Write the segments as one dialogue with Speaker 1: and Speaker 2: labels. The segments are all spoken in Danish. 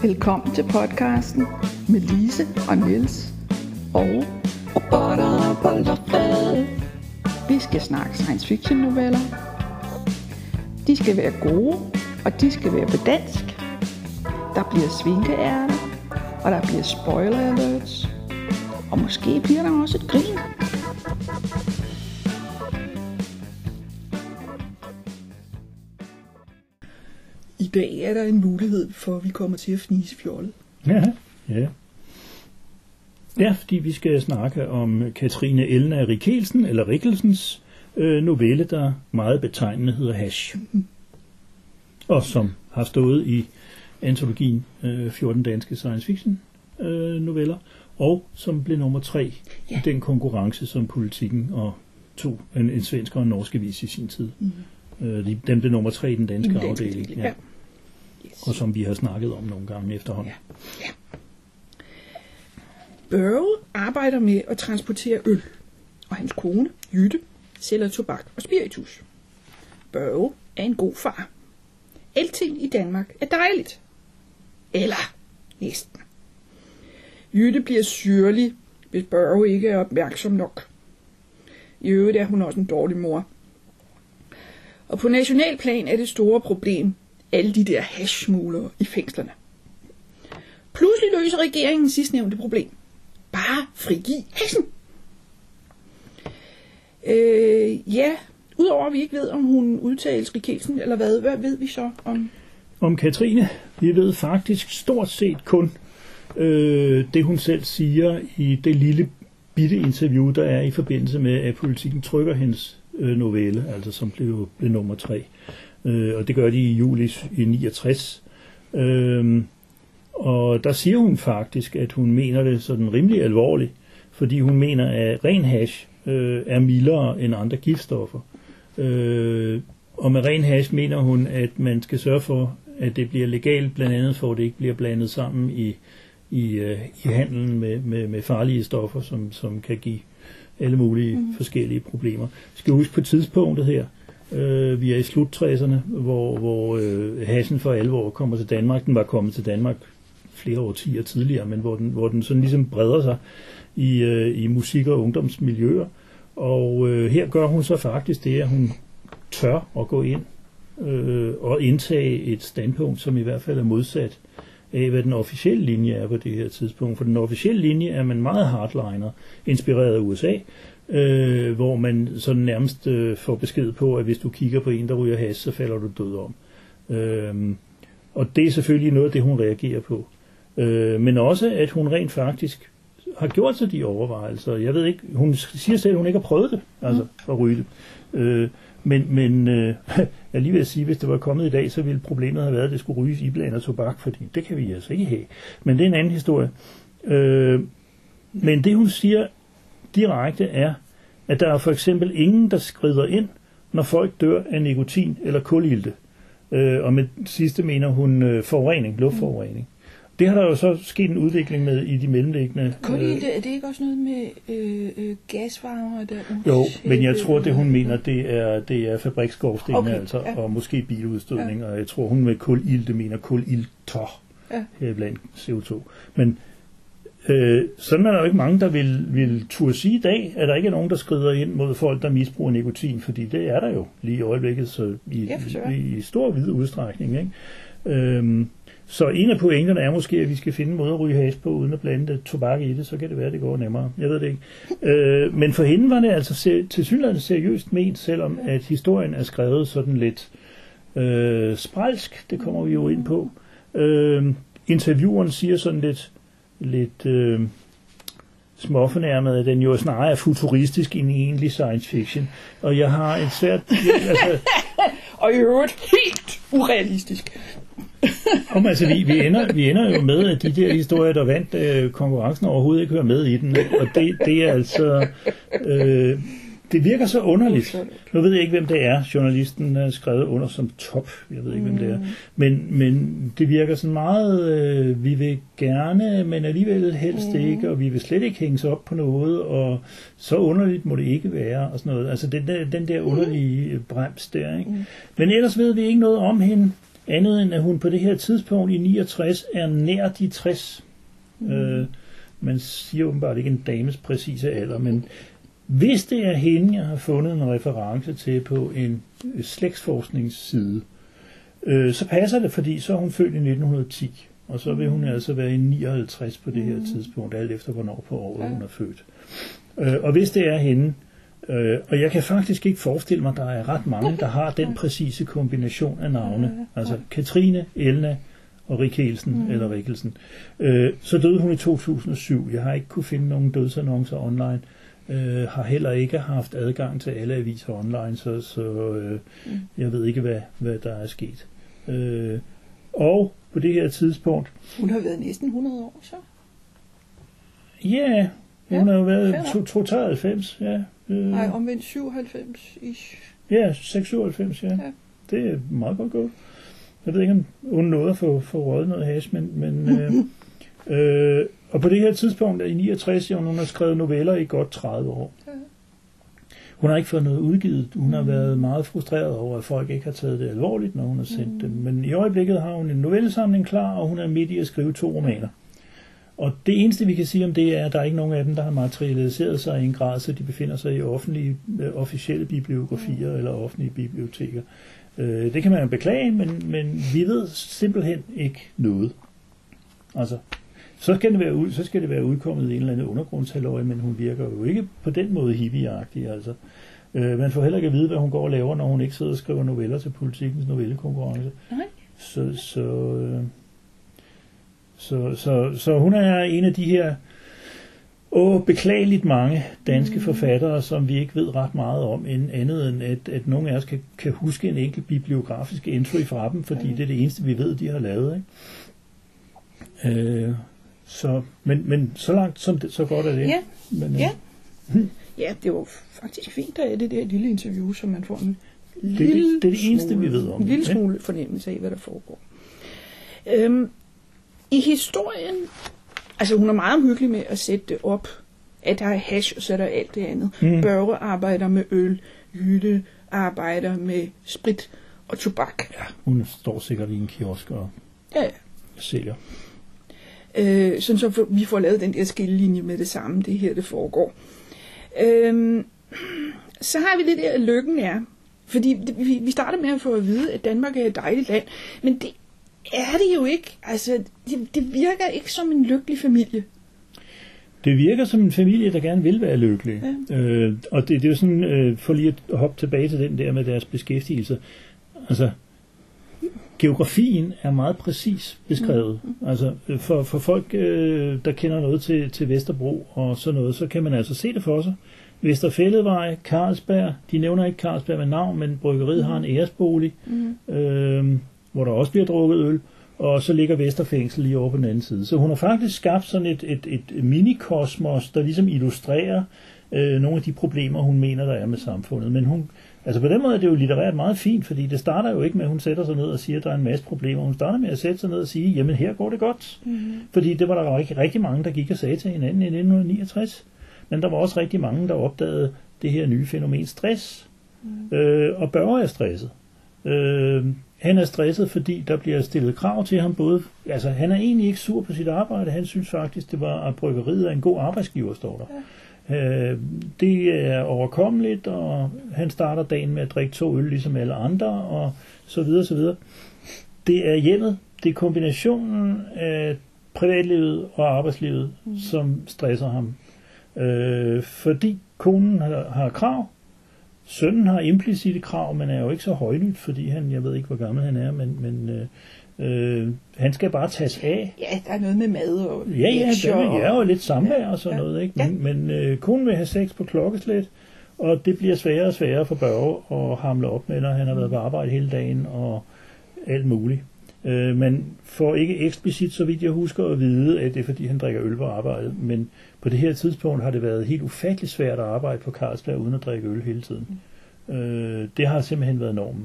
Speaker 1: Velkommen til podcasten med Lise og Niels og robotter på loftet. Vi skal snakke science fiction noveller. De skal være gode, og de skal være på dansk. Der bliver svinkeærter, og der bliver spoiler alerts. Og måske bliver der også et grin. I dag er der en mulighed for, at vi kommer til at fnise fjollet.
Speaker 2: Ja, fordi vi skal snakke om Katrine Elna Rikkelsens novelle, der meget betegnende hedder Hash. Og som har stået i antologien 14 danske science fiction noveller, og som blev nummer 3 i den konkurrence, som Politikken og en svensk og en norsk avis i sin tid. Den blev nummer 3 i den danske afdeling. Ja. Yes. Og som vi har snakket om nogle gange efterhånden.
Speaker 1: Ja. Børge arbejder med at transportere øl, og hans kone, Jytte, sælger tobak og spiritus. Børge er en god far. Alting i Danmark er dejligt. Eller næsten. Jytte bliver syrlig, hvis Børge ikke er opmærksom nok. I øvrigt er hun også en dårlig mor. Og på nationalplan er det store problem alle de der hashsmuglere i fængslerne. Pludselig løser regeringen sidstnævnte problem. Bare frigiv hashen. Udover at vi ikke ved, om hun udtales Rikkelsen eller hvad ved vi så om?
Speaker 2: Om Katrine? Vi ved faktisk stort set kun det, hun selv siger i det lille bitte interview, der er i forbindelse med, at Politikken trykker hendes novelle, altså som blev nummer 3. Og det gør de i juli i 69. Og der siger hun faktisk, at hun mener det sådan rimelig alvorligt, fordi hun mener, at ren hash er mildere end andre giftstoffer. Og med ren hash mener hun, at man skal sørge for, at det bliver legalt, blandt andet for, at det ikke bliver blandet sammen i handelen med farlige stoffer, som kan give alle mulige forskellige problemer. Skal huske på tidspunktet her, vi er i slut-60'erne, hvor hashen for alvor kommer til Danmark. Den var kommet til Danmark flere årtier tidligere, men hvor den sådan ligesom breder sig i musik- og ungdomsmiljøer. Og her gør hun så faktisk det, at hun tør at gå ind og indtage et standpunkt, som i hvert fald er modsat af, hvad den officielle linje er på det her tidspunkt. For den officielle linje er man meget hardliner, inspireret af USA, hvor man sådan nærmest får besked på, at hvis du kigger på en, der ryger hash, så falder du død om. Og det er selvfølgelig noget af det, hun reagerer på. Men også, at hun rent faktisk har gjort sig de overvejelser. Jeg ved ikke, hun siger selv, at hun ikke har prøvet det, altså at ryge det. Men jeg lige vil sige, hvis det var kommet i dag, så ville problemet have været, at det skulle ryges iblandet tobak, fordi det kan vi altså ikke have. Men det er en anden historie. Men det, hun siger direkte, er, at der er for eksempel ingen, der skrider ind, når folk dør af nikotin eller kulilte. Og med sidste mener hun forurening, luftforurening. Det har der jo så sket en udvikling med i de mellemliggende...
Speaker 1: Kulilte, er det ikke også noget med gasvarmer?
Speaker 2: Jo, men jeg tror, det hun mener, det er fabriksskorstene, og måske biludstødning, og jeg tror, hun med kulilte mener kulilter blandt CO2. Men sådan er der jo ikke mange, der vil turde sige i dag, at der ikke er nogen, der skrider ind mod folk, der misbruger nikotin, fordi det er der jo lige i øjeblikket, så i stor vid udstrækning, ikke? Så en af pointerne er måske, at vi skal finde en måde at ryge hash på, uden at blande tobak i det, så kan det være, at det går nemmere. Jeg ved det ikke. Men for hende var det altså tilsyneladende seriøst ment, selvom at historien er skrevet sådan lidt spralsk, det kommer vi jo ind på. Intervieweren siger sådan lidt småfornærmet, at den jo snarere er futuristisk end egentlig science fiction. Og jeg har et svært...
Speaker 1: Og i øvrigt helt urealistisk.
Speaker 2: Altså, vi ender jo med, at de der historier, der vandt konkurrencen, overhovedet ikke hører med i den. Og det er altså... det virker så underligt. Nu ved jeg ikke, hvem det er. Journalisten er skrevet under som top. Jeg ved ikke, hvem det er. Men det virker sådan meget... vi vil gerne, men alligevel helst ikke, og vi vil slet ikke hænges op på noget, og så underligt må det ikke være, og sådan noget. Altså den der underlige brems der, ikke? Men ellers ved vi ikke noget om hende, andet end at hun på det her tidspunkt i 69 er nær de 60. Man siger åbenbart ikke en dames præcise alder, men hvis det er hende, jeg har fundet en reference til på en slægtsforskningsside, så passer det, fordi så er hun født i 1910, og så vil hun altså være i 59 på det her tidspunkt, alt efter hvornår på året hun er født. Og hvis det er hende, og jeg kan faktisk ikke forestille mig, at der er ret mange, der har den præcise kombination af navne, altså Katrine, Elna og Rikkelsen, eller Rikkelsen. Så døde hun i 2007. Jeg har ikke kunne finde nogen dødsannoncer online. Har heller ikke haft adgang til alle aviser online, så jeg ved ikke, hvad der er sket. Og på det her tidspunkt...
Speaker 1: Hun har været næsten 100 år, så?
Speaker 2: Ja, hun har jo været 93, ja.
Speaker 1: Nej, omvendt 97-ish.
Speaker 2: Ja, 96, ja. Det er meget godt gået. Jeg ved ikke, om hun nåede at få røget noget hash, men og på det her tidspunkt, i 69, hun har skrevet noveller i godt 30 år. Hun har ikke fået noget udgivet. Hun har været meget frustreret over, at folk ikke har taget det alvorligt, når hun har sendt dem. Men i øjeblikket har hun en novellesamling klar, og hun er midt i at skrive 2 romaner. Og det eneste, vi kan sige om det, er, at der er ikke nogen af dem, der har materialiseret sig i en grad, så de befinder sig i offentlige, officielle bibliografier eller offentlige biblioteker. Det kan man beklage, men vi ved simpelthen ikke noget. Altså, så skal det være udkommet i en eller anden undergrundshalløj, men hun virker jo ikke på den måde hippieagtig. Altså. Man får heller ikke at vide, hvad hun går og laver, når hun ikke sidder og skriver noveller til Politikens novellekonkurrence.
Speaker 1: Nej.
Speaker 2: Så hun er en af de her beklageligt mange danske forfattere, som vi ikke ved ret meget om, andet end at nogle af os kan huske en enkelt bibliografisk entry fra dem, fordi det er det eneste, vi ved, de har lavet. Ikke? Men så langt som det, så godt er det.
Speaker 1: Ja,
Speaker 2: men,
Speaker 1: ja, det var faktisk fint, der er det der lille interview, som man får en
Speaker 2: det er det eneste, vi ved om.
Speaker 1: En lille smule fornemmelse af, hvad der foregår. I historien, altså hun er meget omhyggelig med at sætte det op, at der er hash, og så er der alt det andet. Børge arbejder med øl, Jytte arbejder med sprit og tobak.
Speaker 2: Ja, hun står sikkert i en kiosk og sælger.
Speaker 1: Sådan så vi får lavet den der skillelinje med det samme, det her det foregår. Så har vi det der, lykken er. Fordi vi starter med at få at vide, at Danmark er et dejligt land, men det er det jo ikke. Altså, det virker ikke som en lykkelig familie.
Speaker 2: Det virker som en familie, der gerne vil være lykkelig. Ja. Og det er jo sådan, for lige at hoppe tilbage til den der med deres beskæftigelse. Altså, geografien er meget præcis beskrevet. Altså, for folk, der kender noget til Vesterbro og sådan noget, så kan man altså se det for sig. Vesterfælledvej, Carlsberg, de nævner ikke Carlsberg med navn, men bryggeriet har en æresbolig, hvor der også bliver drukket øl, og så ligger Vesterfængsel lige over på den anden side. Så hun har faktisk skabt sådan et minikosmos, der ligesom illustrerer nogle af de problemer, hun mener, der er med samfundet. Men altså på den måde er det jo litterært meget fint, fordi det starter jo ikke med, at hun sætter sig ned og siger, at der er en masse problemer. Hun starter med at sætte sig ned og sige, jamen her går det godt. Fordi det var der rigtig mange, der gik og sagde til hinanden i 1969. Men der var også rigtig mange, der opdagede det her nye fænomen stress. Og Børge er stresset. Han er stresset, fordi der bliver stillet krav til ham både. Altså, han er egentlig ikke sur på sit arbejde. Han synes faktisk, det var, at bryggeriet er en god arbejdsgiver, står der. Ja. Det er overkommeligt, og han starter dagen med at drikke 2 øl, ligesom alle andre, og så videre, så videre. Det er hjemmet. Det er kombinationen af privatlivet og arbejdslivet, som stresser ham. Fordi konen har krav. Sønnen har implicitte krav, men er jo ikke så højlydt, fordi jeg ved ikke, hvor gammel han er, men han skal bare tages af.
Speaker 1: Ja, der er noget med mad og
Speaker 2: og lidt samvær og sådan noget, ikke? Men konen vil have sex på klokkeslæt, og det bliver sværere og sværere for Børge at hamle op med, når han har været på arbejde hele dagen og alt muligt. Man får ikke eksplicit, så vidt jeg husker, at vide, at det er, fordi han drikker øl på arbejdet, men på det her tidspunkt har det været helt ufatteligt svært at arbejde på Carlsberg uden at drikke øl hele tiden. Det har simpelthen været normen.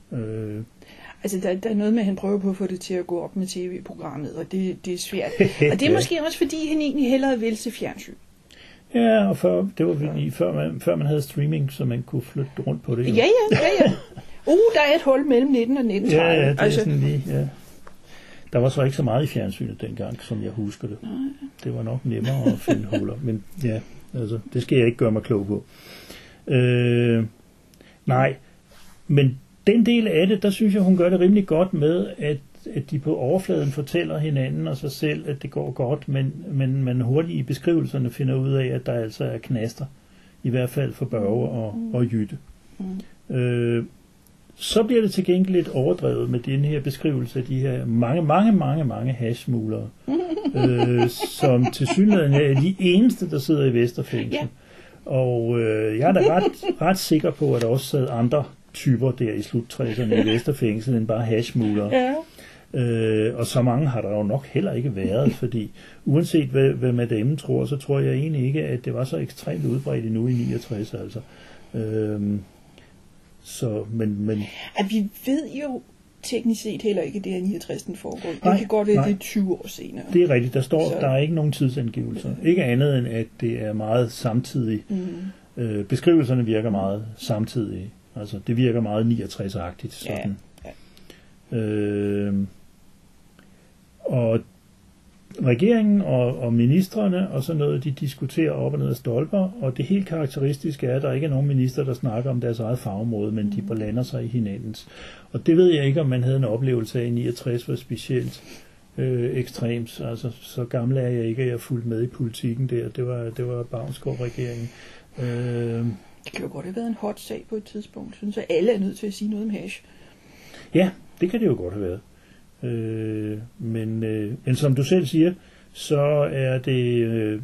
Speaker 1: Altså, der er noget med, at han prøver på at få det til at gå op med tv-programmet, og det er svært. Og det er måske også, fordi han egentlig hellere vil se fjernsyn.
Speaker 2: Ja, og det var før man havde streaming, så man kunne flytte rundt på det.
Speaker 1: Ja. Der er et hul mellem 19 og 1930.
Speaker 2: Ja, det er sådan lige, ja. Der var så ikke så meget i fjernsynet dengang, som jeg husker det. Nej. Det var nok nemmere at finde huller, men ja, altså, det skal jeg ikke gøre mig klog på. Nej, men den del af det, der synes jeg, hun gør det rimelig godt med, at de på overfladen fortæller hinanden og sig selv, at det går godt, men man hurtigt i beskrivelserne finder ud af, at der altså er knaster, i hvert fald for Børge og Jytte. Så bliver det til gengæld lidt overdrevet med den her beskrivelse af de her mange hashsmuglere, som tilsyneladende er de eneste, der sidder i Vesterfængsel. Ja. Og jeg er da ret sikker på, at der også sad andre typer der i slut-60'erne i Vesterfængsel end bare hashsmuglere. Ja. Og så mange har der jo nok heller ikke været, fordi uanset hvad madamen tror, så tror jeg egentlig ikke, at det var så ekstremt udbredt endnu i 69, altså. Men
Speaker 1: at vi ved jo teknisk set heller ikke, at det er 69, den foregår. Det kan godt være, det er 20 år senere.
Speaker 2: Det er rigtigt. Der er ikke nogen tidsangivelser. Ikke andet end, at det er meget samtidigt. Beskrivelserne virker meget samtidige. Altså, det virker meget 69-agtigt. Sådan. Ja. Og regeringen og ministrene og sådan noget, de diskuterer op og ned af stolper, og det helt karakteristiske er, at der ikke er nogen minister, der snakker om deres eget fagområde, men de blander sig i hinandens. Og det ved jeg ikke, om man havde en oplevelse af i 69 var specielt ekstremt. Altså, så gammel er jeg ikke, at jeg fulgte med i politikken der. Det var Bavnsgaard-regeringen.
Speaker 1: Det kan jo godt have været en hot sag på et tidspunkt, synes jeg. Alle er nødt til at sige noget om hash.
Speaker 2: Ja, det kan det jo godt have været. Men som du selv siger, så er det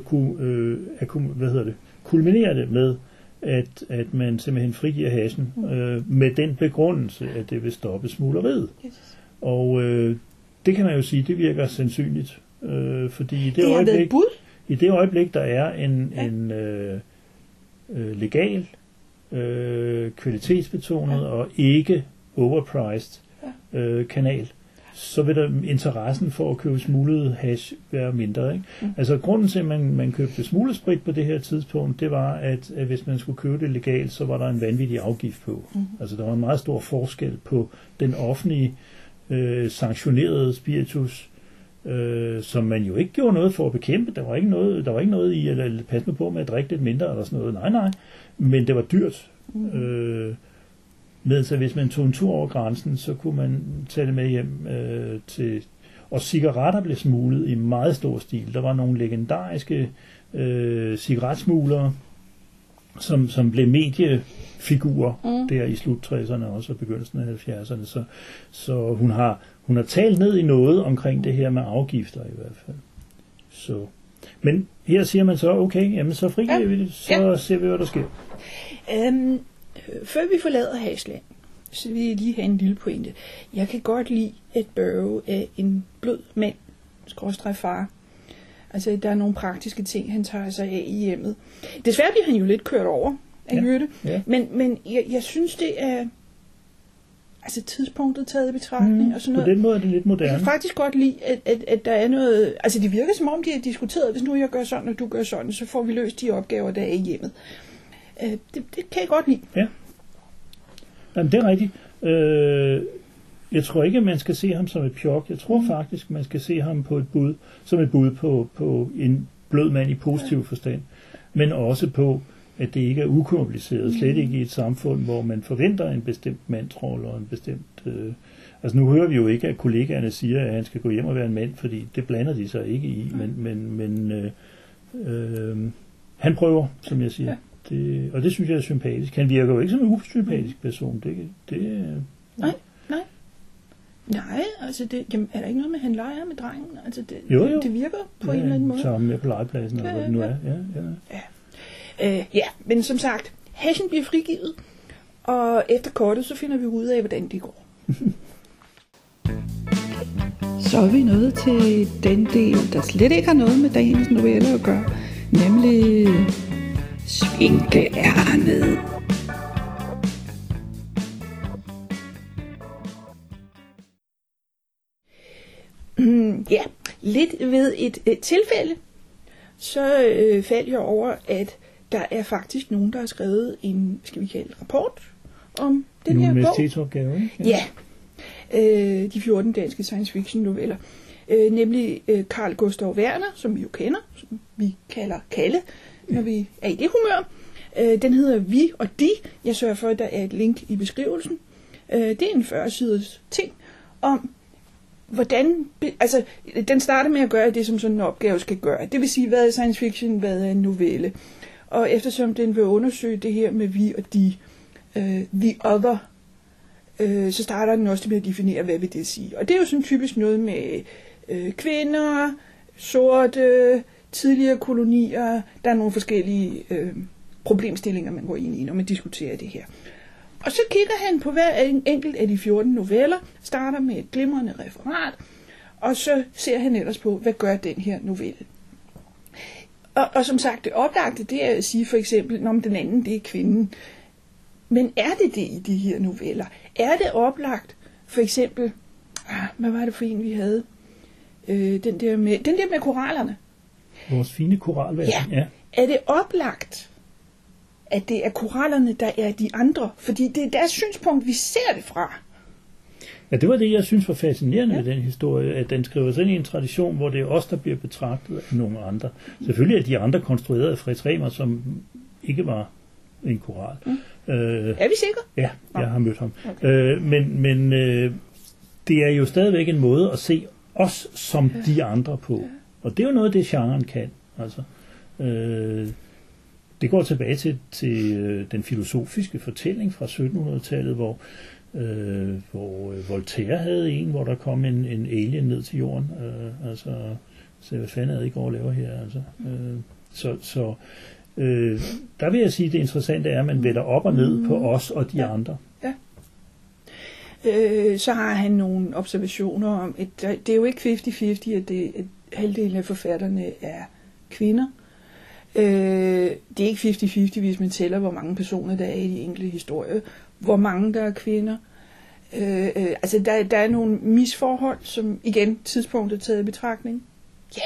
Speaker 2: kulminerer det med at man simpelthen frigiver hashen med den begrundelse, at det vil stoppe smugleriet. Yes. Og det kan man jo sige, det virker sandsynligt, fordi i det øjeblik der er en legal, kvalitetsbetonet og ikke overpriced kanal, så vil der interessen for at købe smuglet hash være mindre. Ikke? Altså grunden til, at man købte smuglesprit på det her tidspunkt, det var, at hvis man skulle købe det legalt, så var der en vanvittig afgift på. Altså der var en meget stor forskel på den offentlige sanktionerede spiritus, som man jo ikke gjorde noget for at bekæmpe. Der var ikke noget i at passe på med at drikke lidt mindre eller sådan noget. Nej. Men det var dyrt. Så hvis man tog en tur over grænsen, så kunne man tage det med hjem til... Og cigaretter blev smuglet i meget stor stil. Der var nogle legendariske cigaretsmuglere, som blev mediefigurer der i slut-60'erne også og begyndelsen af 70'erne. Så hun har talt ned i noget omkring det her med afgifter i hvert fald. Så. Men her siger man så, okay, jamen så frigiver vi det, så ser vi, hvad der sker.
Speaker 1: Før vi forlader Hashland, så vil jeg lige have en lille pointe. Jeg kan godt lide, at Børge er en blød mand, /far. Altså, der er nogle praktiske ting, han tager sig af i hjemmet. Desværre bliver han jo lidt kørt over af Jytte, men jeg synes, det er altså tidspunktet taget i betragtning og sådan noget.
Speaker 2: På den måde er det lidt moderne.
Speaker 1: Jeg kan faktisk godt lide, at der er noget... Altså, det virker som om, de har diskuteret, hvis nu jeg gør sådan, og du gør sådan, så får vi løst de opgaver, der er i hjemmet. Det kan jeg godt lide.
Speaker 2: Ja. Jamen, det er rigtigt. Jeg tror ikke, at man skal se ham som et pjok. Jeg tror faktisk, man skal se ham på som et bud på en blød mand i positiv forstand. Men også på, at det ikke er ukompliceret. Slet ikke i et samfund, hvor man forventer en bestemt mandsrolle og en bestemt... Altså nu hører vi jo ikke, at kollegaerne siger, at han skal gå hjem og være en mand, fordi det blander de sig ikke i. Men han prøver, som jeg siger. Og det synes jeg er sympatisk. Han virker jo ikke som en usympatisk person.
Speaker 1: Nej, altså er der ikke noget med, at han leger med drengen? Altså
Speaker 2: jo.
Speaker 1: Det virker på en eller anden måde.
Speaker 2: Så med på legepladsen, eller hvad det nu er.
Speaker 1: Ja, men som sagt, hashen bliver frigivet, og efter kortet, så finder vi ud af, hvordan det går. Så er vi nået til den del, der slet ikke har noget med dagens novelle at gøre, nemlig svinkeærnet. Ja, lidt ved et tilfælde, så faldt jeg over, at der er faktisk nogen, der har skrevet en, skal vi kalde rapport, om den
Speaker 2: en
Speaker 1: her bog.
Speaker 2: universitetsopgave, ikke?
Speaker 1: Ja. De 14 danske science fiction noveller. Nemlig Carl Gustav Werner, som vi jo kender, som vi kalder Kalle, når vi er i det humør. Den hedder Vi og De. Jeg sørger for, at der er et link i beskrivelsen. Det er en 40-siders ting om, hvordan... Altså, den starter med at gøre det, som sådan en opgave skal gøre. Det vil sige, hvad er science fiction, hvad er en novelle. Og eftersom den vil undersøge det her med vi og de, the other, så starter den også med at definere, hvad vil det sige. Og det er jo sådan typisk noget med kvinder, sorte, tidligere kolonier. Der er nogle forskellige problemstillinger, man går ind i, når man diskuterer det her. Og så kigger han på hver enkelt af de 14 noveller, starter med et glimrende referat, og så ser han ellers på, hvad gør den her novelle. Og som sagt, det oplagte, det er at sige for eksempel, når den anden, det er kvinden. Men er det i de her noveller? Er det oplagt, for eksempel, hvad var det for en, vi havde? Den der med korallerne.
Speaker 2: Vores fine koralverden, ja.
Speaker 1: Er det oplagt, at det er korallerne, der er de andre? Fordi det er deres synspunkt, vi ser det fra.
Speaker 2: Ja, det var det, jeg synes var fascinerende ved den historie, at den skriver sig ind i en tradition, hvor det er os, der bliver betragtet af nogle andre. Selvfølgelig er de andre konstrueret af Fritz Remer, som ikke var en koral.
Speaker 1: Er vi sikre?
Speaker 2: Ja, jeg har mødt ham. Okay. Men det er jo stadigvæk en måde at se os som de andre på. Og det er jo noget, det genren kan. Altså, det går tilbage til den filosofiske fortælling fra 1700-tallet, hvor Voltaire havde en, hvor der kom en alien ned til jorden. Så hvad fanden er det ikke over at lave her? Altså, der vil jeg sige, at det interessante er, at man vælger op og ned på os og de andre.
Speaker 1: Ja. Så har han nogle observationer om, at det er jo ikke 50-50, at halvdelen af forfatterne er kvinder. Det er ikke 50-50, hvis man tæller, hvor mange personer der er i de enkelte historier. Hvor mange der er kvinder. Altså der er nogle misforhold, som igen tidspunktet taget i betragtning. Ja.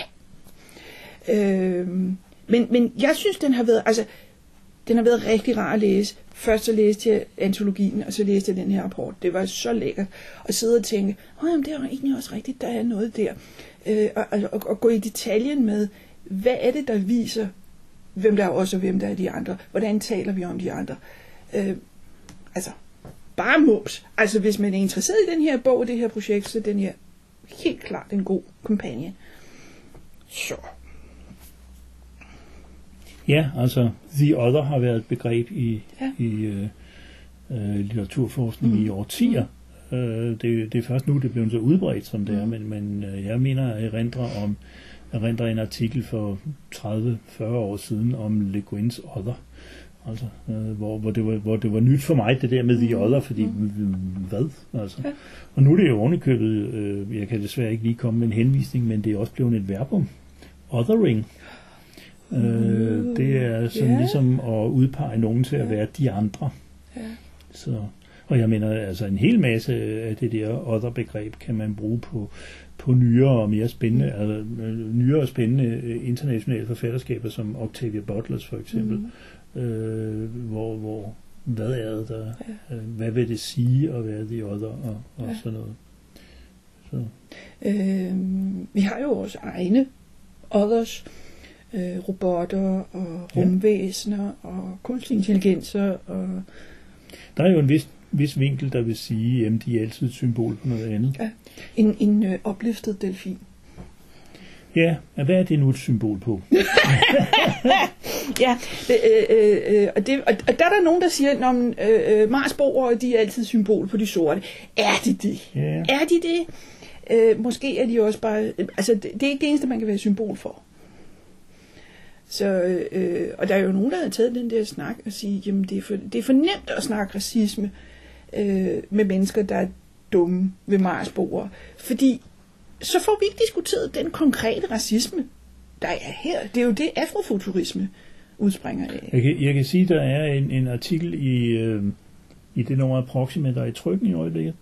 Speaker 1: Men jeg synes, den har været rigtig rar at læse. Først så læste jeg antologien, og så læste jeg den her rapport. Det var så lækkert at sidde og tænke, jamen, det er egentlig også rigtigt, der er noget der. Og gå i detaljen med, hvad er det, der viser, hvem der er os, og hvem der er de andre. Hvordan taler vi om de andre? Bare mums. Altså, hvis man er interesseret i den her bog, det her projekt, så den her helt klart en god kampagne. Så.
Speaker 2: Ja, altså, The Other har været et begreb i litteraturforskning i årtier. Det er først nu, det er blevet så udbredt, som det er, men jeg mener at erindre en artikel for 30-40 år siden om Le Guins Other. Altså, hvor det var nyt for mig, det der med The Other, fordi hvad? Altså. Ja. Og nu er det jo ovenikøbet, jeg kan desværre ikke lige komme med en henvisning, men det er også blevet et verbum. Othering. Det er sådan ligesom at udpege nogen til at være de andre. Ja. Så, og jeg mener, altså en hel masse af det der other-begreb kan man bruge på nyere og mere spændende, nyere og spændende internationale forfatterskaber, som Octavia Butlers for eksempel. Hvor hvad er det der? Hvad vil det sige at være the other og sådan noget? Så.
Speaker 1: Vi har jo vores egne others, robotter og rumvæsener og kunstig intelligenser. Og
Speaker 2: der er jo en vis vinkel, der vil sige, at de er altid et symbol på noget andet.
Speaker 1: Ja. En opløftet delfin.
Speaker 2: Ja, og hvad er det nu et symbol på?
Speaker 1: Ja, og der er der nogen, der siger, at Marsboere, de er altid symbol på de sorte. Er de det?
Speaker 2: Yeah.
Speaker 1: Er de det? Måske er de også bare... Altså, det er ikke det eneste, man kan være symbol for. Så, og der er jo nogen, der har taget den der snak og sige, jamen det er for nemt at snakke racisme med mennesker, der er dumme ved Marsboere. Fordi så får vi ikke diskuteret den konkrete racisme, der er her. Det er jo det, afrofuturisme udspringer af.
Speaker 2: Jeg kan sige, der er en artikel i det nummer af Proxima, der er i trykken i øjeblikket,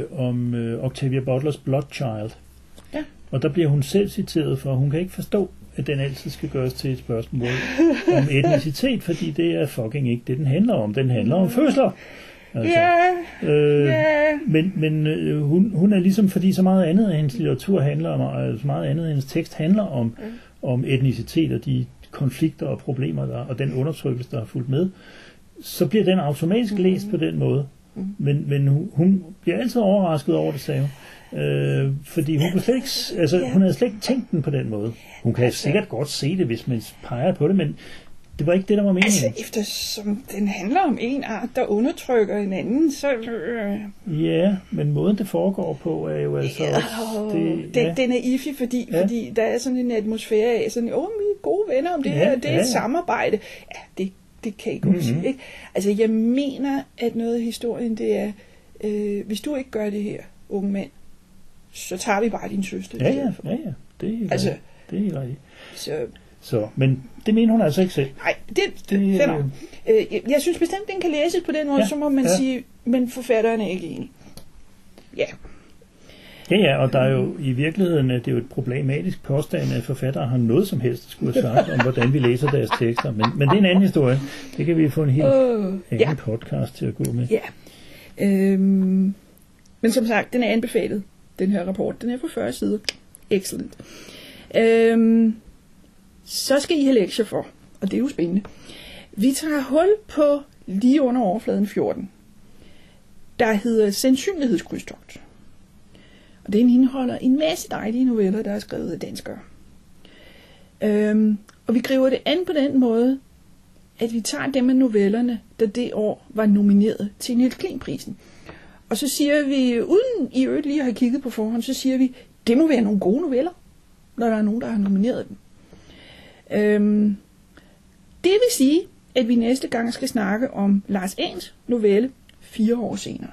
Speaker 2: om Octavia Butlers Bloodchild. Ja. Og der bliver hun selv citeret for, hun kan ikke forstå, at den altid skal gøres til et spørgsmål om etnicitet, fordi det er fucking ikke det, den handler om. Den handler om fødsler. Altså, Men hun er ligesom, fordi så meget andet af hendes litteratur handler om, så meget andet af hendes tekst handler om etnicitet og de konflikter og problemer, og den undertrykkelse, der er fulgt med, så bliver den automatisk læst på den måde. Men hun bliver altid overrasket over det, sagde hun. Fordi hun kunne slet ikke, hun havde slet ikke tænkt den på den måde. Hun kan sikkert godt se det, hvis man peger på det, men det var ikke det, der var meningen.
Speaker 1: Eftersom den handler om en art, der undertrykker en anden, så...
Speaker 2: Ja, men måden det foregår på er jo altså...
Speaker 1: Den er iffy, fordi der er sådan en atmosfære af, sådan, vi er gode venner om det her, det er et samarbejde. Ja, det kan jeg godt sige, ikke? Altså, jeg mener, at noget af historien, det er, hvis du ikke gør det her, unge mand, så tager vi bare din søster.
Speaker 2: Ja. Det er helt
Speaker 1: altså,
Speaker 2: det er helt rigtigt.
Speaker 1: Så,
Speaker 2: men det mener hun altså ikke selv.
Speaker 1: Nej, jeg synes bestemt, den kan læses på den måde, så må man sige, men forfatteren er ikke enig. Ja.
Speaker 2: Ja, og der er jo i virkeligheden, at det er jo et problematisk påstand, at forfattere har noget som helst skulle have sagt om, hvordan vi læser deres tekster. Men det er en anden historie. Det kan vi få en helt anden podcast til at gå med.
Speaker 1: Ja. Men som sagt, den er anbefalet, den her rapport. Den er på 40 sider. Excellent. Så skal I have lektier for, og det er jo spændende. Vi tager hul på lige under overfladen 14, der hedder Sandsynlighedskrydstogt. Og den indeholder en masse dejlige noveller, der er skrevet af danskere. Og vi griber det an på den måde, at vi tager dem af novellerne, der det år var nomineret til Niels Klein-prisen. Og så siger vi, uden i øvrigt lige at have kigget på forhånd, så siger vi, det må være nogle gode noveller, når der er nogen, der har nomineret dem. Det vil sige, at vi næste gang skal snakke om Lars Ahn's novelle 4 år senere.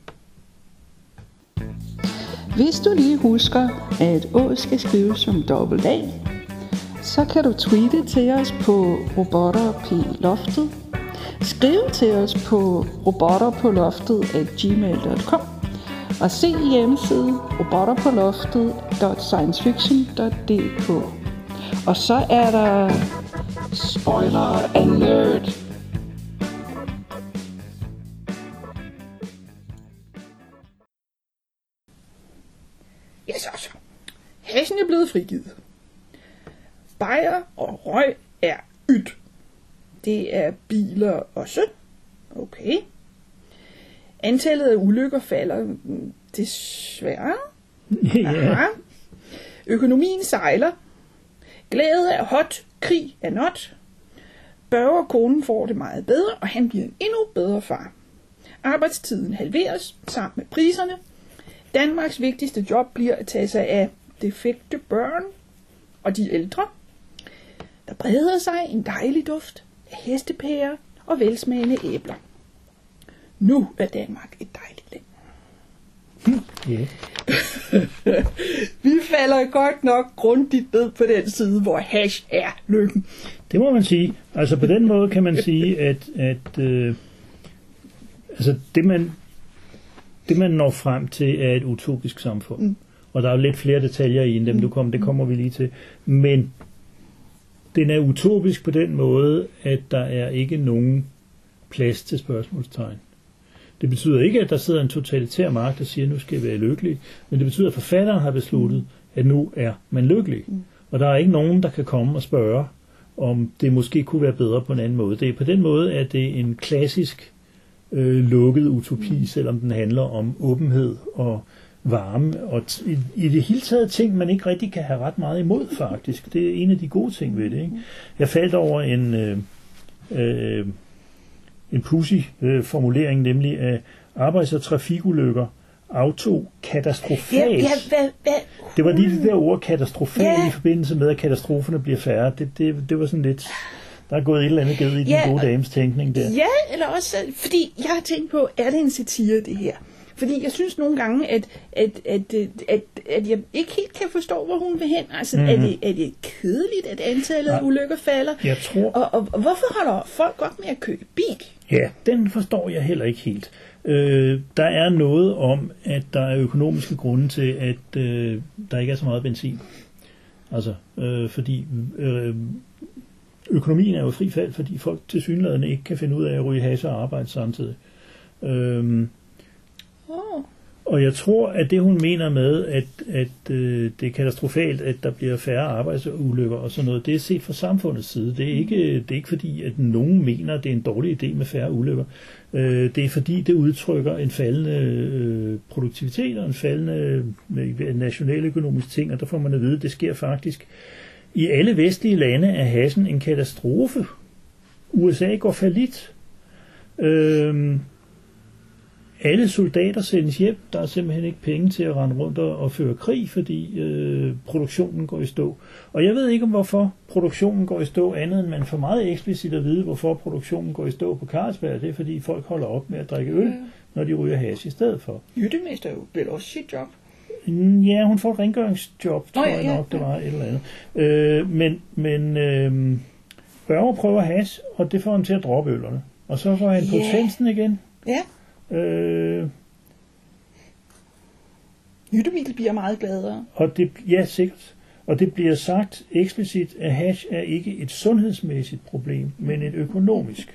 Speaker 1: Hvis du lige husker, at Å skal skrives som dobbelt A, så kan du tweete til os på robotterploftet, skrive til os på robotterpåloftet@gmail.com og se hjemmesiden robotterpåloftet.sciencefiction.dk. Og så er der spoiler alert. Ja, så. Hashen er blevet frigivet. Bajer og røg er ydt. Det er biler og sød. Okay. Antallet af ulykker falder desværre.
Speaker 2: Ja.
Speaker 1: Økonomien sejler. Glæde er hot, krig er not. Børge og konen får det meget bedre, og han bliver en endnu bedre far. Arbejdstiden halveres sammen med priserne. Danmarks vigtigste job bliver at tage sig af defekte børn og de ældre. Der breder sig en dejlig duft af hestepærer og velsmagende æbler. Nu er Danmark et dejligt land.
Speaker 2: Yeah.
Speaker 1: Vi falder godt nok grundigt ned på den side, hvor hash er lykken.
Speaker 2: Det må man sige. Altså på den måde kan man sige, at altså det man når frem til er et utopisk samfund. Og der er jo lidt flere detaljer i end dem, det kommer vi lige til. Men den er utopisk på den måde, at der er ikke nogen plads til spørgsmålstegn. Det betyder ikke, at der sidder en totalitær magt, der siger, at nu skal jeg være lykkelig. Men det betyder, at forfatteren har besluttet, at nu er man lykkelig. Og der er ikke nogen, der kan komme og spørge, om det måske kunne være bedre på en anden måde. Det er på den måde, at det er en klassisk lukket utopi, selvom den handler om åbenhed og varme. Og i det hele taget ting, man ikke rigtig kan have ret meget imod, faktisk. Det er en af de gode ting ved det. Ikke? Jeg faldt over en pudsig formulering, nemlig af arbejds- og trafikulykker autokatastrofalt. Det var lige det der ord katastrofalt i forbindelse med, at katastroferne bliver færre. Det var sådan lidt... Der er gået et eller andet ged i den gode dames tænkning der. Ja,
Speaker 1: eller også, fordi jeg har tænkt på, er det en satire, det her? Fordi jeg synes nogle gange, at jeg ikke helt kan forstå, hvor hun vil hen. Altså, er det kedeligt, at antallet af ulykker falder?
Speaker 2: Jeg tror...
Speaker 1: Og hvorfor holder folk op med at købe bil?
Speaker 2: Ja, den forstår jeg heller ikke helt. Der er noget om, at der er økonomiske grunde til, at der ikke er så meget benzin. Altså, fordi økonomien er jo fri fald, fordi folk tilsyneladende ikke kan finde ud af at ryge hash og arbejde samtidig. Og jeg tror, at det hun mener med, at det er katastrofalt, at der bliver færre arbejdsulykker og sådan noget, det er set fra samfundets side. Det er ikke fordi, at nogen mener, at det er en dårlig idé med færre ulykker. Det er fordi, det udtrykker en faldende produktivitet og en faldende nationaløkonomisk ting, og der får man at vide, at det sker faktisk. I alle vestlige lande er hashen en katastrofe. USA går fallit. Alle soldater sendes hjem. Der er simpelthen ikke penge til at rende rundt og føre krig, fordi produktionen går i stå. Og jeg ved ikke, hvorfor produktionen går i stå, andet end man får meget eksplicit at vide, hvorfor produktionen går i stå på Carlsberg. Det er, fordi folk holder op med at drikke øl, når de ryger hash i stedet for.
Speaker 1: Jyttemester jo vel også sit job.
Speaker 2: Ja, hun får et rengøringsjob, tror jeg nok, det var et eller andet. Men Børge prøver hash, og det får han til at droppe ølerne. Og så får han potensen igen.
Speaker 1: Ja. Jyttemil bliver meget gladere.
Speaker 2: Og det, ja, sikkert. Og det bliver sagt eksplicit, at hash er ikke et sundhedsmæssigt problem, men et økonomisk.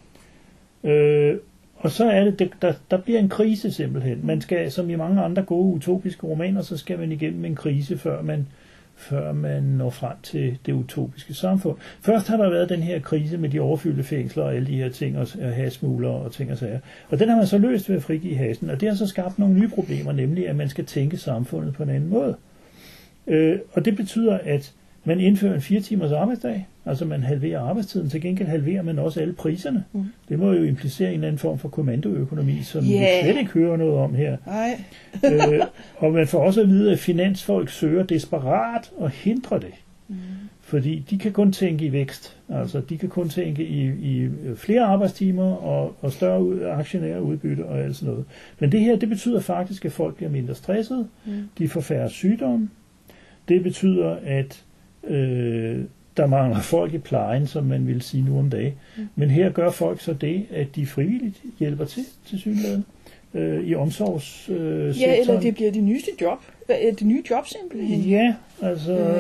Speaker 2: Og så er det, der bliver en krise simpelthen. Man skal, som i mange andre gode utopiske romaner, så skal man igennem en krise, før man når frem til det utopiske samfund. Først har der været den her krise med de overfyldte fængsler og alle de her ting, og hashsmugler og ting og sager. Og den har man så løst ved at frigive hashen, og det har så skabt nogle nye problemer, nemlig at man skal tænke samfundet på en anden måde. Og det betyder, at man indfører en 4 timers arbejdsdag, altså man halverer arbejdstiden, til gengæld halverer man også alle priserne. Det må jo implicere en eller anden form for kommandoøkonomi, som vi slet ikke hører noget om her. Og man får også at vide, at finansfolk søger desperat at hindre det. Fordi de kan kun tænke i vækst. Altså de kan kun tænke i flere arbejdstimer og større aktionære udbytte og alt sådan noget. Men det her, det betyder faktisk, at folk bliver mindre stressede. De får færre sygdomme. Det betyder, at der mangler folk i plejen, som man vil sige nu om dagen. Men her gør folk så det, at de frivilligt hjælper til synligheden i omsorgssektoren.
Speaker 1: Ja, eller det bliver det nyeste job. Det nye job simpelthen.
Speaker 2: Ja, altså...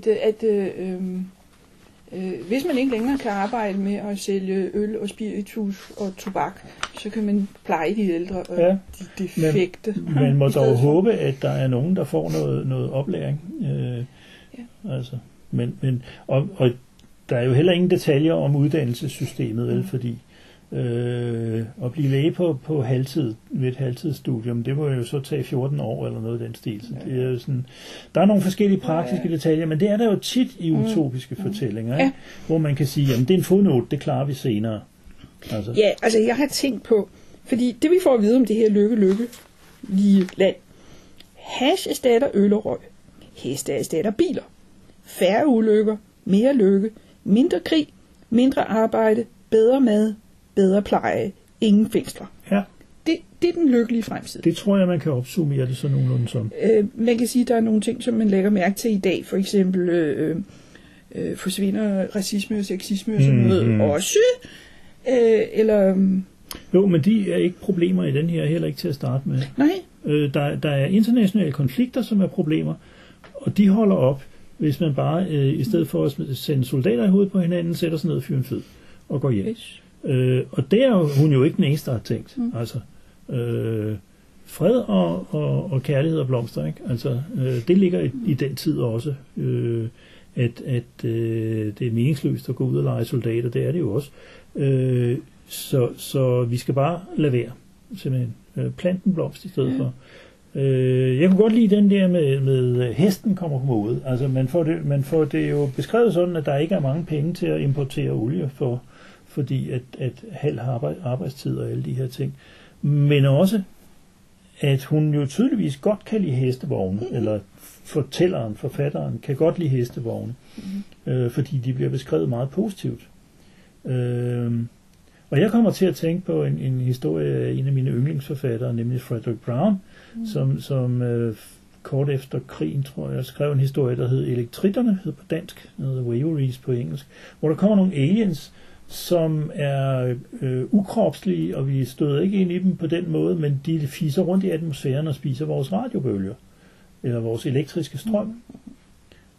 Speaker 1: Hvis man ikke længere kan arbejde med at sælge øl og spiritus og tobak, så kan man pleje de ældre og de defekte.
Speaker 2: Man må dog håbe, at der er nogen, der får noget oplæring. Altså, og der er jo heller ingen detaljer om uddannelsessystemet, vel, fordi at blive læge på halvtid ved et halvtidsstudium, det må jo så tage 14 år eller noget af den stil. Så det er jo sådan, der er nogle forskellige praktiske detaljer, men det er der jo tit i utopiske fortællinger, ikke? Hvor man kan sige, jamen det er en fodnote, det klarer vi senere. Altså.
Speaker 1: Ja, altså jeg har tænkt på, fordi det vi får at vide om det her lykke-lige land, hash erstatter øl og røg, heste erstatter biler, færre ulykker, mere lykke, mindre krig, mindre arbejde, bedre mad, bedre pleje, ingen fængsler.
Speaker 2: Ja.
Speaker 1: Det er den lykkelige fremtid.
Speaker 2: Det tror jeg, man kan opsummere det sådan nogenlunde som.
Speaker 1: Man kan sige, at der er nogle ting, som man lægger mærke til i dag. For eksempel forsvinder racisme og sexisme og sådan noget også.
Speaker 2: Jo, men de er ikke problemer i den her, heller ikke til at starte med.
Speaker 1: Nej.
Speaker 2: Der er internationale konflikter, som er problemer, og de holder op, hvis man bare, i stedet for at sende soldater i hovedet på hinanden, sætter sig ned og fyrer en fed og går hjem. Og det er hun jo ikke den eneste, der har tænkt. Altså, fred og kærlighed og blomster, ikke? Altså, det ligger i den tid også, at det er meningsløst at gå ud og lege soldater. Det er det jo også. Så vi skal bare lade være, simpelthen. Planten blomst i stedet for. Jeg kunne godt lide den der med hesten kommer på mode. Altså, man får det jo beskrevet sådan, at der ikke er mange penge til at importere olie fordi at halv arbejdstid og alle de her ting. Men også, at hun jo tydeligvis godt kan lide hestevogne, eller forfatteren, kan godt lide hestevogne, fordi de bliver beskrevet meget positivt. Og jeg kommer til at tænke på en historie af en af mine yndlingsforfattere, nemlig Frederick Brown, som kort efter krigen, tror jeg, skrev en historie, der hed Elektritterne, hed på dansk, noget Waveries på engelsk, hvor der kommer nogle aliens, som er ukropslige, og vi støder ikke ind i dem på den måde, men de fiser rundt i atmosfæren og spiser vores radiobølger, eller vores elektriske strøm.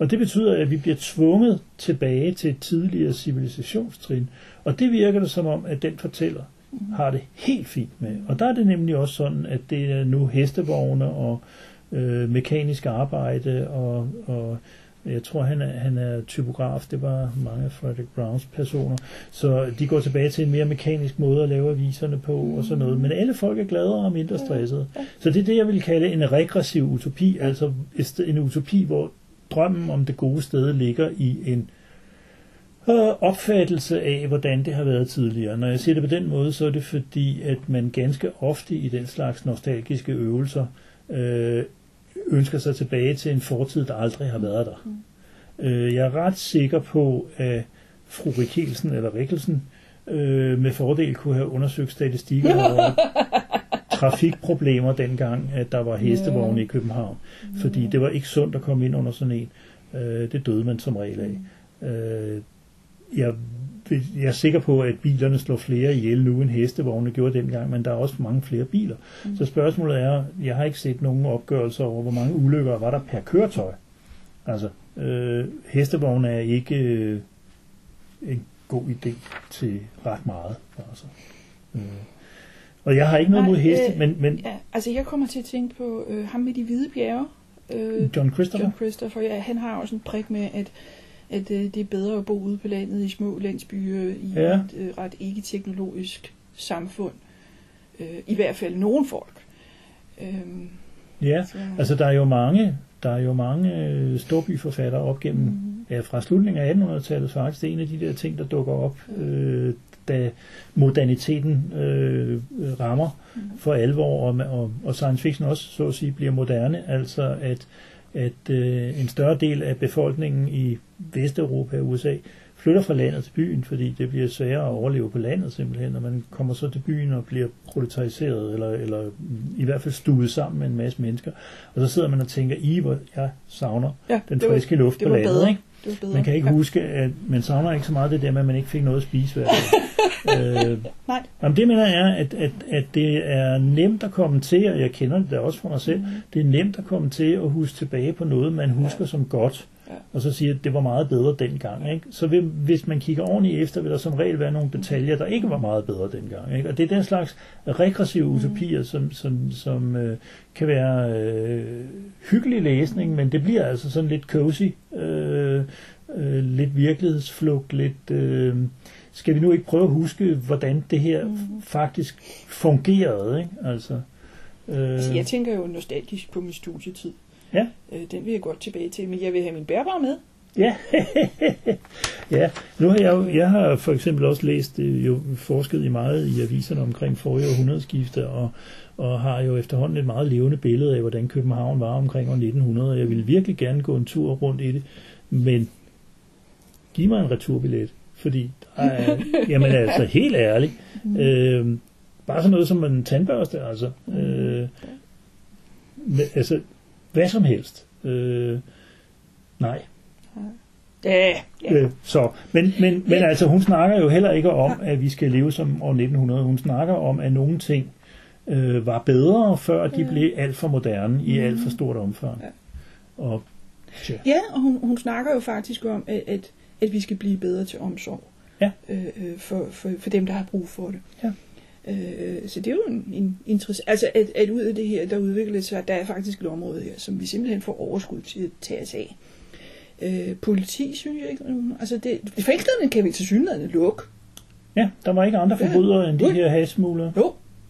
Speaker 2: Og det betyder, at vi bliver tvunget tilbage til et tidligere civilisationstrin. Og det virker det som om, at den fortæller har det helt fint med. Og der er det nemlig også sådan, at det er nu hestevogne og mekanisk arbejde, og jeg tror, han er typograf. Det var mange af Frederick Browns personer. Så de går tilbage til en mere mekanisk måde at lave aviserne på og sådan noget. Men alle folk er gladere og mindre stressede. Så det er det, jeg vil kalde en regressiv utopi. Altså en utopi, hvor drømmen om det gode sted ligger i en opfattelse af, hvordan det har været tidligere. Når jeg siger det på den måde, så er det fordi, at man ganske ofte i den slags nostalgiske øvelser ønsker sig tilbage til en fortid, der aldrig har været der. Jeg er ret sikker på, at fru Rikkelsen med fordel kunne have undersøgt statistikker over trafikproblemer dengang, at der var hestevogne i København. Fordi det var ikke sundt at komme ind under sådan en. Det døde man som regel af. Jeg er sikker på, at bilerne slår flere ihjel nu, end hestevogne gjorde dengang, men der er også mange flere biler. Så spørgsmålet er, jeg har ikke set nogen opgørelser over, hvor mange ulykker var der per køretøj. Altså, hestevogne er ikke en god idé til ret meget. Altså. Og jeg har ikke noget mod heste, men...
Speaker 1: Ja, altså, jeg kommer til at tænke på ham med de hvide bjerge.
Speaker 2: John Christopher.
Speaker 1: Ja, han har også en prik med, at det er bedre at bo ude på landet i små landsbyer i et ret ikke-teknologisk samfund. I hvert fald nogen folk.
Speaker 2: Altså der er jo mange storbyforfattere op gennem fra slutningen af 1800-tallet faktisk. Det er en af de der ting, der dukker op, da moderniteten rammer for alvor, og science fiction også, så at sige, bliver moderne. Altså at en større del af befolkningen i Vesteuropa og USA flytter fra landet til byen, fordi det bliver sværere at overleve på landet simpelthen, når man kommer så til byen og bliver proletariseret, eller i hvert fald stuet sammen med en masse mennesker. Og så sidder man og tænker, hvor jeg savner den friske luft på landet. Ikke? Man kan ikke huske, at man savner ikke så meget det der med, at man ikke fik noget at spise hver dag.
Speaker 1: Nej.
Speaker 2: Jamen, det mener jeg, at det er nemt at komme til, og jeg kender det da også fra mig selv, det er nemt at komme til at huske tilbage på noget, man husker som godt, og så siger, at det var meget bedre dengang. Ikke? Så hvis man kigger ordentligt efter, vil der som regel være nogle detaljer, der ikke var meget bedre dengang. Ikke? Og det er den slags regressive utopier, som kan være hyggelig læsning, men det bliver altså sådan lidt cozy, lidt virkelighedsflugt, lidt... skal vi nu ikke prøve at huske, hvordan det her faktisk fungerede? Ikke? Altså,
Speaker 1: jeg tænker jo nostalgisk på min studietid.
Speaker 2: Ja.
Speaker 1: Den vil jeg godt tilbage til, men jeg vil have min bærbare med.
Speaker 2: Ja, ja. Nu har jeg har for eksempel også læst, forsket i meget i aviserne omkring forrige århundredeskifte, og har jo efterhånden et meget levende billede af, hvordan København var omkring år 1900, og jeg ville virkelig gerne gå en tur rundt i det, men giv mig en returbillet, fordi jamen altså helt ærligt, bare sådan noget som en tandbørste, altså, altså hvad som helst, nej. Så, men altså hun snakker jo heller ikke om, at vi skal leve som år 1900. Hun snakker om, at nogle ting var bedre, før de blev alt for moderne i alt for stort omfang. Og
Speaker 1: hun snakker jo faktisk om, at vi skal blive bedre til omsorg for dem, der har brug for det. Ja. Så det er jo en interessant... Altså, at ud af det her, der udvikler sig, der er faktisk et område her, som vi simpelthen får overskud til at tage os af. Politi, synes jeg ikke. Altså, fængslerne kan vi til synligheden lukke.
Speaker 2: Ja, der var ikke andre forbrydere end de her hashsmuglere.
Speaker 1: Jo.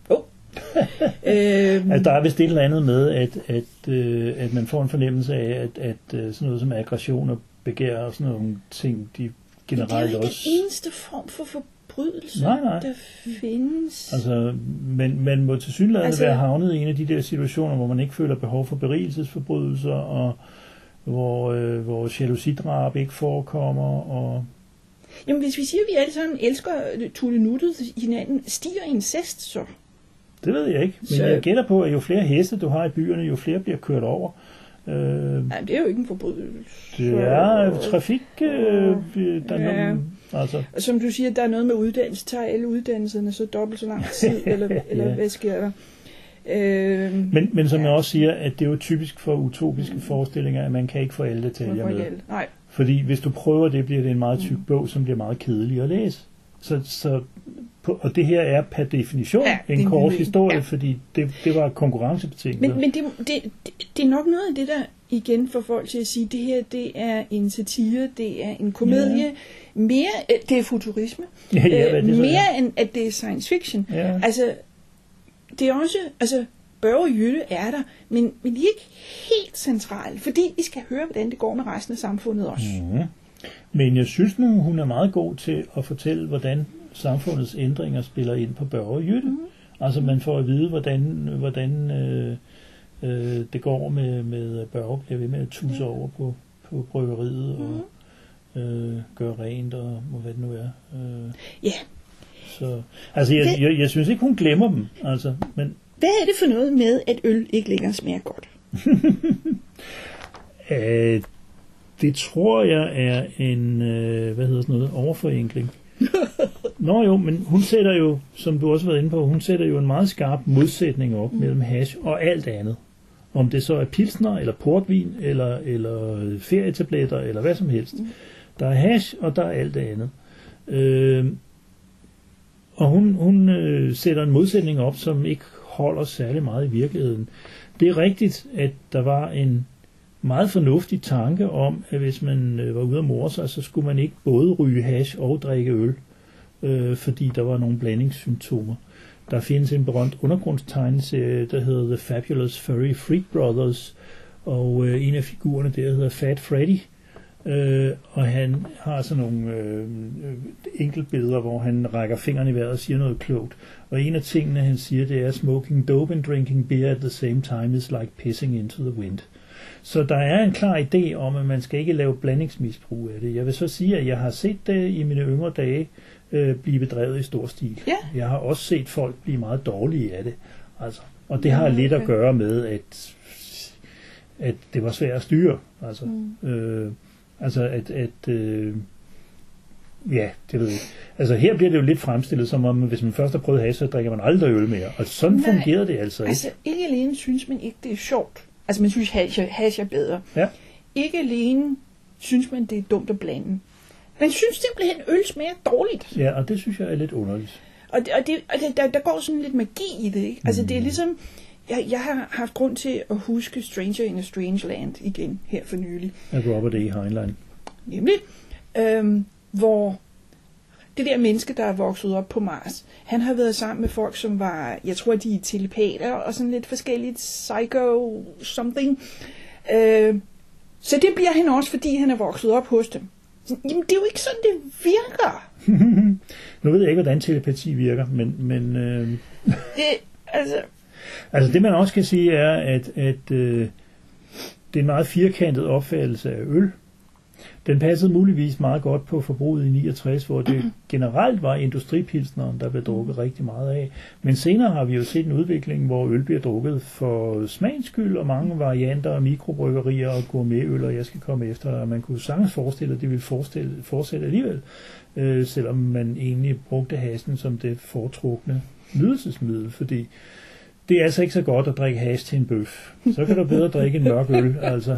Speaker 2: Altså, der er vist et eller andet med, at man får en fornemmelse af, at sådan noget som aggression og begær og sådan nogle ting, de generelt også... Det er jo ikke
Speaker 1: den eneste form for forbrydelse, der findes.
Speaker 2: Altså, man må til synligheden være havnet i en af de der situationer, hvor man ikke føler behov for berigelsesforbrydelser, og hvor jalousidrab ikke forekommer, og...
Speaker 1: Jamen, hvis vi siger, at vi alle sammen elsker tullenuttet hinanden, stiger incest så?
Speaker 2: Det ved jeg ikke, men jeg gætter på, at jo flere heste du har i byerne, jo flere bliver kørt over.
Speaker 1: Nej, det er jo ikke en forbrydelse.
Speaker 2: Det er trafik, altså.
Speaker 1: Og som du siger, der er noget med uddannelse. Tager alle uddannelserne så dobbelt så lang tid, eller hvad sker der?
Speaker 2: Men som jeg også siger, at det er jo typisk for utopiske forestillinger, at man kan ikke få alle detaljer med.
Speaker 1: Nej.
Speaker 2: Fordi hvis du prøver det, bliver det en meget tyk bog, som bliver meget kedelig at læse. Og det her er per definition en kort historie, fordi det var konkurrencebetinget.
Speaker 1: Men det er nok noget af det, der igen får folk til at sige, det her det er en satire, det er en komedie, mere, det er futurisme, mere end at det er science fiction.
Speaker 2: Ja.
Speaker 1: Altså, det er også, Børge og Jytte er der, men de er ikke helt centrale, fordi vi skal høre, hvordan det går med resten af samfundet også.
Speaker 2: Mm-hmm. Men jeg synes nu, hun er meget god til at fortælle, hvordan samfundets ændringer spiller ind på Børge og Jytte. Mm-hmm. Altså man får at vide, hvordan det går med Børge bliver ved med at tusse over på bryggeriet og gøre rent og hvad det nu er. Så, altså jeg synes ikke, hun glemmer dem. Altså, men
Speaker 1: hvad er det for noget med, at øl ikke længere smager godt?
Speaker 2: Det tror jeg er en overforenkling. Nå jo, men hun sætter jo, som du også har været inde på, hun sætter jo en meget skarp modsætning op mellem hash og alt andet. Om det så er pilsner, eller portvin, eller ferietabletter, eller hvad som helst. Der er hash, og der er alt det andet. Og hun sætter en modsætning op, som ikke holder særlig meget i virkeligheden. Det er rigtigt, at der var en meget fornuftig tanke om, at hvis man var ude at more sig, så skulle man ikke både ryge hash og drikke øl, fordi der var nogle blandingssymptomer. Der findes en berømt undergrundstegneserie, der hedder The Fabulous Furry Freak Brothers, og en af figurerne der hedder Fat Freddy, og han har sådan nogle enkeltbilleder, hvor han rækker fingrene i vejret og siger noget klogt. Og en af tingene, han siger, det er, smoking dope and drinking beer at the same time is like pissing into the wind. Så der er en klar idé om, at man skal ikke lave blandingsmisbrug af det. Jeg vil så sige, at jeg har set det i mine yngre dage blive bedrevet i stor stil.
Speaker 1: Ja. Jeg
Speaker 2: har også set folk blive meget dårlige af det. Altså, og det har lidt at gøre med, at det var svært at styre. Altså, det ved jeg. Altså her bliver det jo lidt fremstillet som om, hvis man først har prøvet hash, så drikker man aldrig øl mere. Og sådan fungerede det altså ikke.
Speaker 1: Altså ikke alene synes man ikke, det er sjovt. Altså man synes, hash er bedre. Ja. Ikke alene synes man, det er dumt at blande. Man synes simpelthen, øl smager dårligt.
Speaker 2: Ja, og det synes jeg er lidt underligt.
Speaker 1: Og der går sådan lidt magi i det, ikke? Altså det er ligesom, jeg har haft grund til at huske Stranger in a Strange Land igen her for nylig.
Speaker 2: Af Robert E. Heinlein.
Speaker 1: Nemlig, hvor det der menneske, der er vokset op på Mars, han har været sammen med folk, som var, jeg tror, de er telepater og sådan lidt forskelligt psycho something. Så det bliver han også, fordi han er vokset op hos dem. Jamen, det er jo ikke sådan, det virker.
Speaker 2: Nu ved jeg ikke, hvordan telepati virker, men Altså det, man også kan sige, er, at det er en meget firkantet opfattelse af øl. Den passede muligvis meget godt på forbruget i 69, hvor det generelt var industripilsneren, der blev drukket rigtig meget af. Men senere har vi jo set en udvikling, hvor øl bliver drukket for smagens skyld, og mange varianter af mikrobryggerier og gourmetøl, og jeg skal komme efter, og man kunne sagtens forestille, at det ville fortsætte alligevel, selvom man egentlig brugte hasen som det foretrukne nydelsesmiddel, fordi det er altså ikke så godt at drikke hash til en bøf. Så kan du bedre drikke en mørk øl, altså.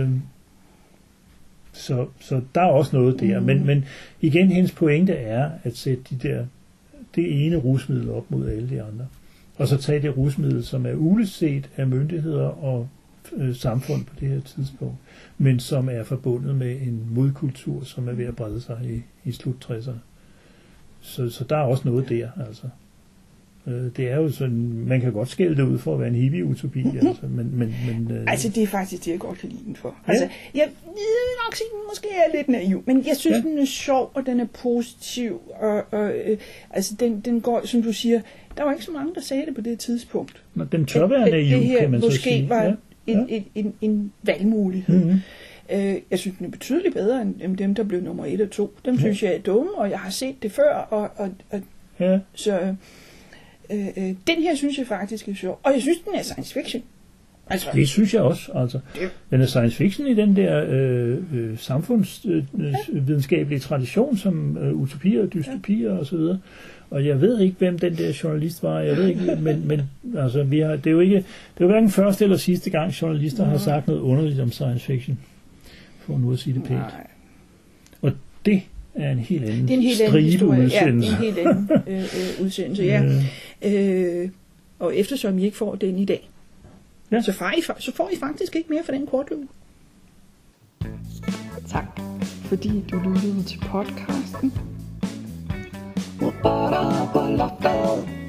Speaker 2: Så der er også noget der. Men igen, hendes pointe er at sætte det ene rusmiddel op mod alle de andre. Og så tage det rusmiddel, som er uleset af myndigheder og samfund på det her tidspunkt, men som er forbundet med en modkultur, som er ved at brede sig i slut 60'erne. Så der er også noget der, altså. Det er jo sådan, man kan godt skælde det ud for at være en hippie-utopi, altså, men
Speaker 1: altså, det er faktisk det, jeg godt kan lide den for. Ja. Altså, jeg vil nok sige, den måske er lidt naiv, men jeg synes, den er sjov, og den er positiv, og altså, den går, som du siger, der var ikke så mange, der sagde det på det tidspunkt.
Speaker 2: Men den tør være naiv, kan man så sige.
Speaker 1: Det her måske var en valgmulighed. Mm-hmm. Jeg synes, den er betydeligt bedre end dem, der blev nummer 1 og 2. Dem synes jeg er dumme, og jeg har set det før, og så den her synes jeg faktisk er sjov. Og jeg synes, den er science fiction. Altså,
Speaker 2: Det synes jeg også. Altså, den er science fiction i den der samfundsvidenskabelige tradition, som utopier, dystopier og så videre. Og jeg ved ikke, hvem den der journalist var. Jeg ved ikke, men altså, det er jo hverken første eller sidste gang, journalister har sagt noget underligt om science fiction. For nu at sige det pænt.
Speaker 1: Nej.
Speaker 2: Og det er en helt anden
Speaker 1: Det er en helt anden historie. Ja, det er en helt anden udsendelse, ja. Og eftersom I ikke får den i dag, så får I faktisk ikke mere for den korte uge. Tak, fordi du lyttede til podcasten.